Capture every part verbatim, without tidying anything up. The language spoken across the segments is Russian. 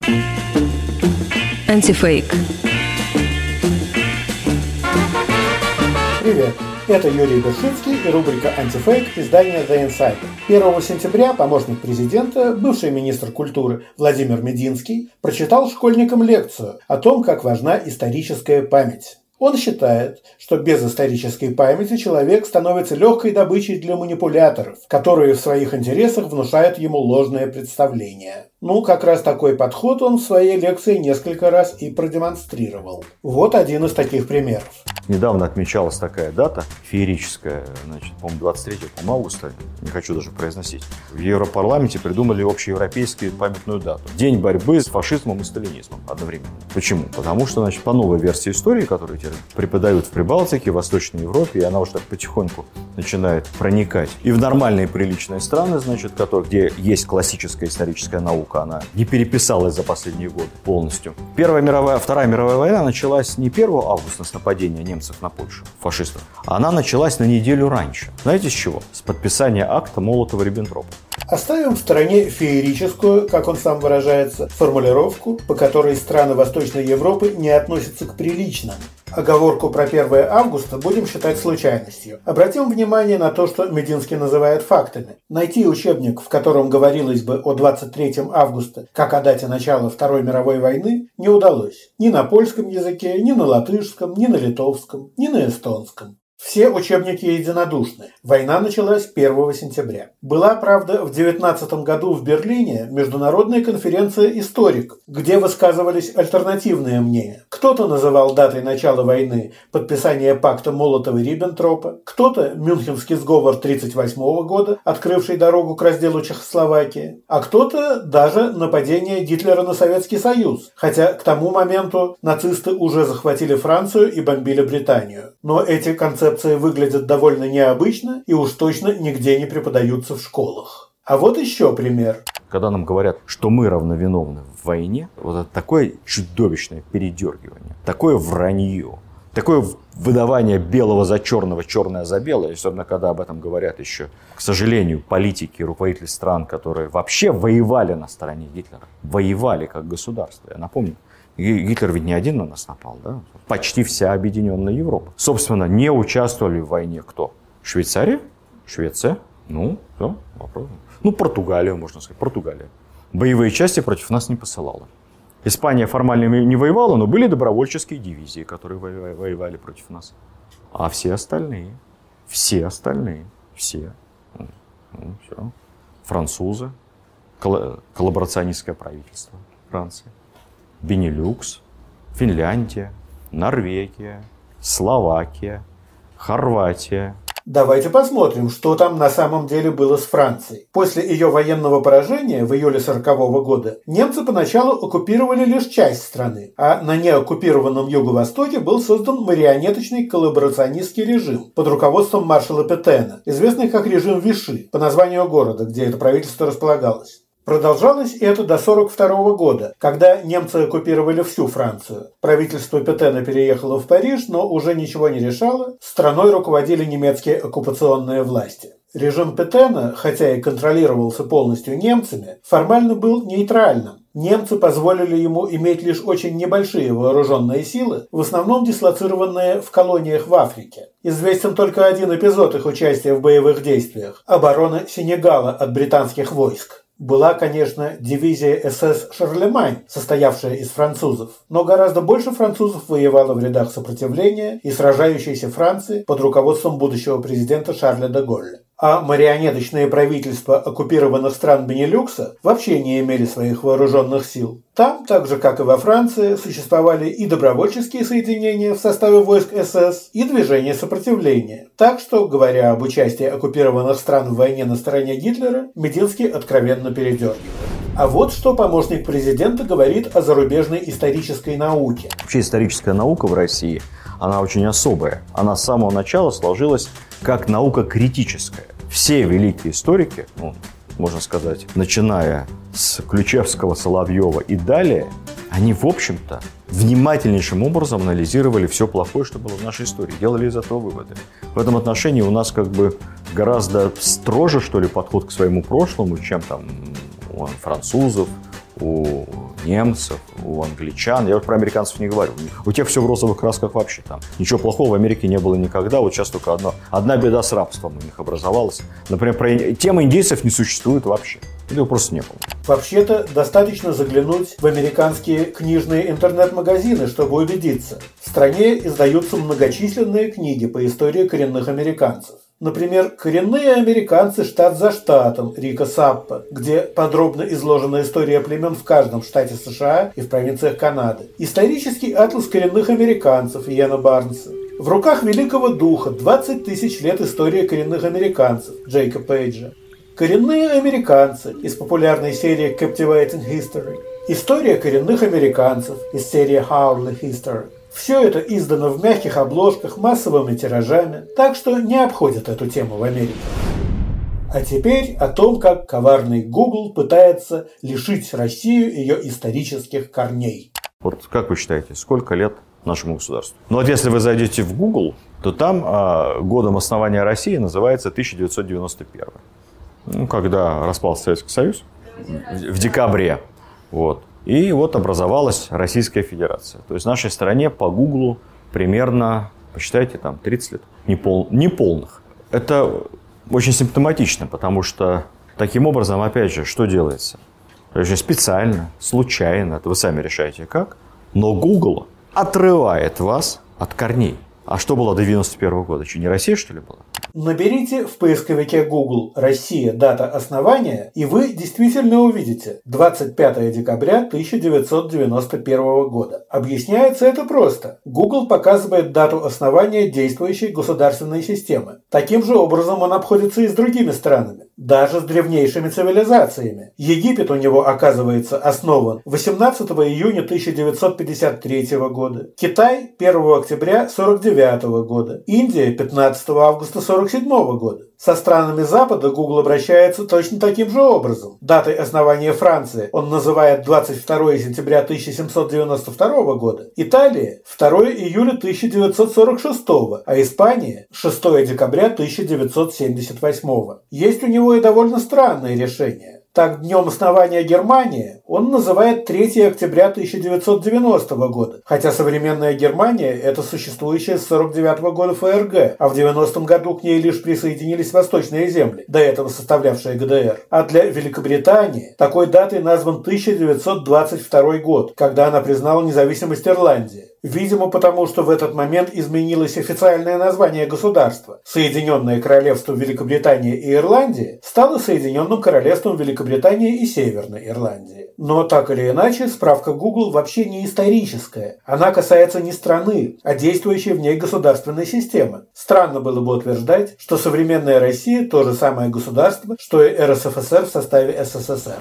Антифейк. Привет, это Юрий Бершинский и рубрика «Антифейк» издания The Insider. первого сентября помощник президента, бывший министр культуры Владимир Мединский, прочитал школьникам лекцию о том, как важна историческая память. Он считает, что без исторической памяти человек становится легкой добычей для манипуляторов, которые в своих интересах внушают ему ложное представление. Ну, как раз такой подход он в своей лекции несколько раз и продемонстрировал. Вот один из таких примеров. Недавно отмечалась такая дата, феерическая, значит, по-моему, двадцать третьего августа, не хочу даже произносить. В Европарламенте придумали общеевропейскую памятную дату. День борьбы с фашизмом и сталинизмом одновременно. Почему? Потому что, значит, по новой версии истории, которую преподают в Прибалтике, в Восточной Европе, и она уже так потихоньку начинает проникать и в нормальные приличные страны, значит, которые, где есть классическая историческая наука, она не переписалась за последние годы полностью. Первая мировая, Вторая мировая война началась не первого августа с нападения немцев на Польшу, фашистов, а она началась на неделю раньше. Знаете с чего? С подписания акта Молотова-Риббентропа. Оставим в стороне феерическую, как он сам выражается, формулировку, по которой страны Восточной Европы не относятся к приличным. Оговорку про первое августа будем считать случайностью. Обратим внимание на то, что Мединский называет фактами. Найти учебник, в котором говорилось бы о двадцать третьего августа, как о дате начала Второй мировой войны, не удалось. Ни на польском языке, ни на латышском, ни на литовском, ни на эстонском. Все учебники единодушны. Война началась первого сентября. Была, правда, в девятнадцатом году в Берлине международная конференция «Историк», где высказывались альтернативные мнения. Кто-то называл датой начала войны подписание пакта Молотова-Риббентропа, кто-то Мюнхенский сговор тридцать восьмого года, открывший дорогу к разделу Чехословакии, а кто-то даже нападение Гитлера на Советский Союз, хотя к тому моменту нацисты уже захватили Францию и бомбили Британию. Но эти концепции выглядят довольно необычно и уж точно нигде не преподаются в школах. А вот еще пример. Когда нам говорят, что мы равновиновны в войне, вот это такое чудовищное передергивание, такое вранье, такое выдавание белого за черного, черное за белое, особенно когда об этом говорят еще, к сожалению, политики, руководители стран, которые вообще воевали на стороне Гитлера, воевали как государство. Я напомню, Гитлер ведь не один на нас напал, да? Почти вся объединенная Европа. Собственно, не участвовали в войне кто? Швейцария? Швеция? Ну, все, вопрос. Ну, Португалия, можно сказать, Португалия. Боевые части против нас не посылала. Испания формально не воевала, но были добровольческие дивизии, которые воевали против нас. А все остальные, все остальные, все, ну, все. Французы, коллаборационистское правительство Франции. Бенилюкс, Финляндия, Норвегия, Словакия, Хорватия. Давайте посмотрим, что там на самом деле было с Францией. После ее военного поражения в июле сорокового года немцы поначалу оккупировали лишь часть страны, а на неоккупированном юго-востоке был создан марионеточный коллаборационистский режим под руководством маршала Петена, известный как режим Виши, по названию города, где это правительство располагалось. Продолжалось это до сорок второго года, когда немцы оккупировали всю Францию. Правительство Петена переехало в Париж, но уже ничего не решало. Страной руководили немецкие оккупационные власти. Режим Петена, хотя и контролировался полностью немцами, формально был нейтральным. Немцы позволили ему иметь лишь очень небольшие вооруженные силы, в основном дислоцированные в колониях в Африке. Известен только один эпизод их участия в боевых действиях – оборона Сенегала от британских войск. Была, конечно, дивизия эс эс «Шарлемань», состоявшая из французов, но гораздо больше французов воевало в рядах сопротивления и сражающейся Франции под руководством будущего президента Шарля де Голля. А марионеточные правительства оккупированных стран Бенилюкса вообще не имели своих вооруженных сил. Там, так же как и во Франции, существовали и добровольческие соединения в составе войск эс эс, и движения сопротивления. Так что, говоря об участии оккупированных стран в войне на стороне Гитлера, Мединский откровенно передергивает. А вот что помощник президента говорит о зарубежной исторической науке. Вообще историческая наука в России, она очень особая. Она с самого начала сложилась как наука критическая. Все великие историки, ну, можно сказать, начиная с Ключевского, Соловьева и далее, они, в общем-то, внимательнейшим образом анализировали все плохое, что было в нашей истории, делали из этого выводы. В этом отношении у нас как бы гораздо строже, что ли, подход к своему прошлому, чем там у французов, у немцев, у англичан. Я вот про американцев не говорю. У тех все в розовых красках вообще там. Ничего плохого в Америке не было никогда. Вот сейчас только одно, одна беда с рабством у них образовалась. Например, про темы индейцев не существует вообще. Его просто не было. Вообще-то достаточно заглянуть в американские книжные интернет-магазины, чтобы убедиться. В стране издаются многочисленные книги по истории коренных американцев. Например, «Коренные американцы. Штат за штатом» Рика Саппа, где подробно изложена история племен в каждом штате США и в провинциях Канады. Исторический атлас коренных американцев Иэна Барнса. В руках Великого Духа двадцать тысяч лет истории коренных американцев Джейка Пейджа. «Коренные американцы» из популярной серии Captivating History. История коренных американцев из серии Howley History. Все это издано в мягких обложках массовыми тиражами, так что не обходит эту тему в Америке. А теперь о том, как коварный Google пытается лишить Россию ее исторических корней. Вот как вы считаете, сколько лет нашему государству? Ну вот если вы зайдете в Google, то там а, годом основания России называется тысяча девятьсот девяносто первый. Ну, когда распался Советский Союз, в, в декабре. Вот. И вот образовалась Российская Федерация. То есть в нашей стране по Гуглу примерно, посчитайте, там тридцать лет. Непол, неполных. Это очень симптоматично, потому что таким образом, опять же, что делается? То есть специально, случайно, это вы сами решаете как, но Google отрывает вас от корней. А что было до девяносто первого года? Что, не Россия, что ли, была? Наберите в поисковике Google «Россия. Дата основания», и вы действительно увидите двадцать пятое декабря тысяча девятьсот девяносто первого года. Объясняется это просто. Google показывает дату основания действующей государственной системы. Таким же образом он обходится и с другими странами, даже с древнейшими цивилизациями. Египет у него, оказывается, основан восемнадцатого июня тысяча девятьсот пятьдесят третьего года, Китай первого октября сорок девятого года, Индия пятнадцатого августа сорок седьмого года. Со странами Запада Google обращается точно таким же образом. Датой основания Франции он называет двадцать второе сентября тысяча семьсот девяносто второго года, Италия второе июля тысяча девятьсот сорок шестого, а Испания шестое декабря тысяча девятьсот семьдесят восьмого. Есть у него и довольно странные решения. Так, днем основания Германии он называет третье октября тысяча девятьсот девяностого года, хотя современная Германия – это существующая с сорок девятого года ФРГ, а в девяностом году к ней лишь присоединились восточные земли, до этого составлявшие ГДР. А для Великобритании такой датой назван тысяча девятьсот двадцать второй год, когда она признала независимость Ирландии. Видимо, потому что в этот момент изменилось официальное название государства. Соединенное Королевство Великобритании и Ирландии стало Соединенным Королевством Великобритании и Северной Ирландии. Но так или иначе, справка Google вообще не историческая. Она касается не страны, а действующей в ней государственной системы. Странно было бы утверждать, что современная Россия то же самое государство, что и эр эс эф эс эр в составе эс эс эс эр.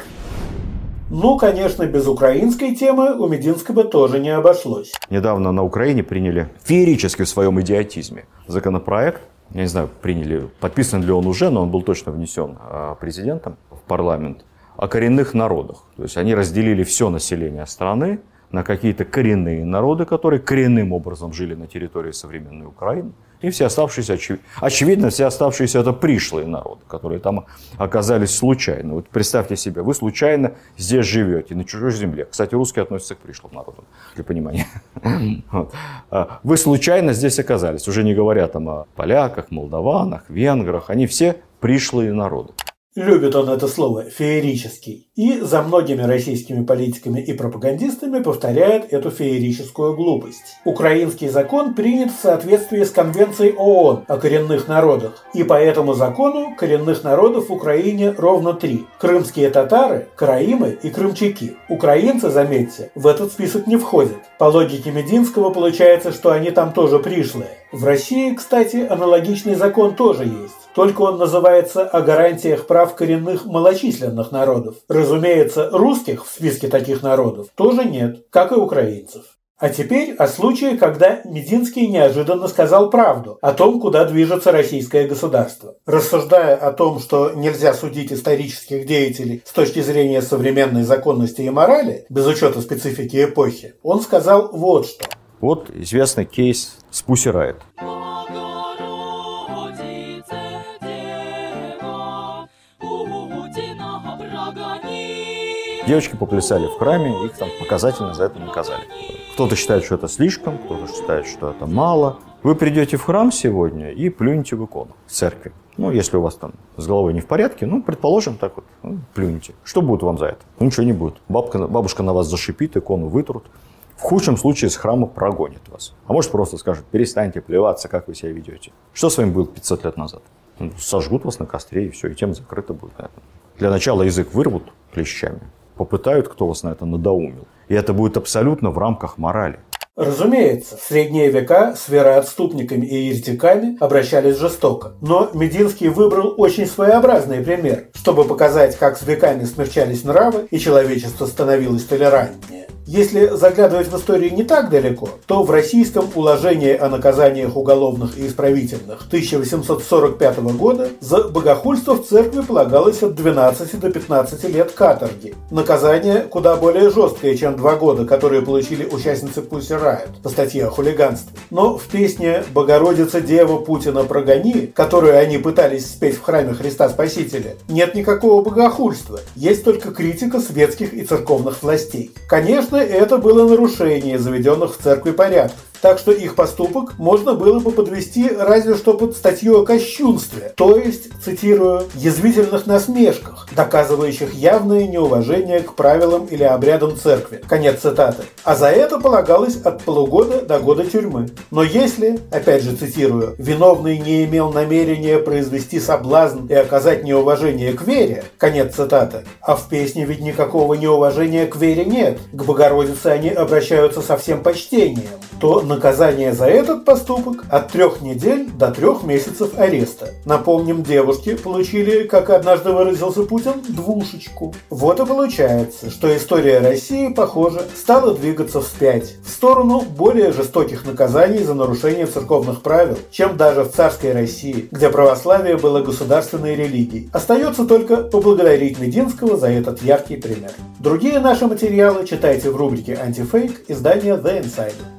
Ну, конечно, без украинской темы у Мединского тоже не обошлось. Недавно на Украине приняли феерически в своем идиотизме законопроект. Я не знаю, приняли, подписан ли он уже, но он был точно внесен президентом в парламент, о коренных народах. То есть они разделили все население страны на какие-то коренные народы, которые коренным образом жили на территории современной Украины. И все оставшиеся, очевид... очевидно, все оставшиеся это пришлые народы, которые там оказались случайно. Вот представьте себе, вы случайно здесь живете, на чужой земле. Кстати, русские относятся к пришлым народам, для понимания. Вы случайно здесь оказались, уже не говоря там о поляках, молдаванах, венграх, они все пришлые народы. Любит он это слово «феерический». И за многими российскими политиками и пропагандистами повторяет эту феерическую глупость. Украинский закон принят в соответствии с Конвенцией ООН о коренных народах. И по этому закону коренных народов в Украине ровно три. Крымские татары, караимы и крымчаки. Украинцы, заметьте, в этот список не входят. По логике Мединского получается, что они там тоже пришлые. В России, кстати, аналогичный закон тоже есть. Только он называется «О гарантиях прав коренных малочисленных народов». Разумеется, русских в списке таких народов тоже нет, как и украинцев. А теперь о случае, когда Мединский неожиданно сказал правду о том, куда движется российское государство. Рассуждая о том, что нельзя судить исторических деятелей с точки зрения современной законности и морали, без учета специфики эпохи, он сказал вот что. Вот известный кейс с Pussy Riot. Девочки поплясали в храме, их там показательно за это наказали. Кто-то считает, что это слишком, кто-то считает, что это мало. Вы придете в храм сегодня и плюнете в икону в церкви. Ну, если у вас там с головой не в порядке, ну, предположим, так вот, ну, плюньте. Что будет вам за это? Ну, ничего не будет. Бабка, бабушка на вас зашипит, икону вытрут. В худшем случае с храма прогонит вас. А может, просто скажет: перестаньте плеваться, как вы себя ведете. Что с вами было пятьсот лет назад? Ну, сожгут вас на костре, и все, и тема закрыта будет. Для начала язык вырвут клещами, попытают, кто вас на это надоумил. И это будет абсолютно в рамках морали. Разумеется, в средние века с вероотступниками и еретиками обращались жестоко. Но Мединский выбрал очень своеобразный пример, чтобы показать, как с веками смягчались нравы и человечество становилось толерантнее. Если заглядывать в историю не так далеко, то в российском уложении о наказаниях уголовных и исправительных тысяча восемьсот сорок пятого года за богохульство в церкви полагалось от двенадцати до пятнадцати лет каторги. Наказание куда более жесткое, чем два года, которые получили участницы Pussy Riot по статье о хулиганстве. Но в песне «Богородица, Дева, Путина прогони», которую они пытались спеть в храме Христа Спасителя, нет никакого богохульства, есть только критика светских и церковных властей. Конечно, это было нарушение заведенных в церкви порядков, так что их поступок можно было бы подвести разве что под статью о кощунстве, то есть, цитирую, «язвительных насмешках, доказывающих явное неуважение к правилам или обрядам церкви». Конец цитаты. А за это полагалось от полугода до года тюрьмы. Но если, опять же цитирую, виновный не имел намерения произвести соблазн и оказать неуважение к вере, конец цитаты, а в песне ведь никакого неуважения к вере нет, к Богородице они обращаются со всем почтением, то наказание за этот поступок от трех недель до трех месяцев ареста. Напомним, девушки получили, как однажды выразился Путин, двушечку. Вот и получается, что история России, похоже, стала двигаться вспять, в сторону более жестоких наказаний за нарушение церковных правил, чем даже в царской России, где православие было государственной религией. Остается только поблагодарить Мединского за этот яркий пример. Другие наши материалы читайте в рубрике «Антифейк» издания The Insider.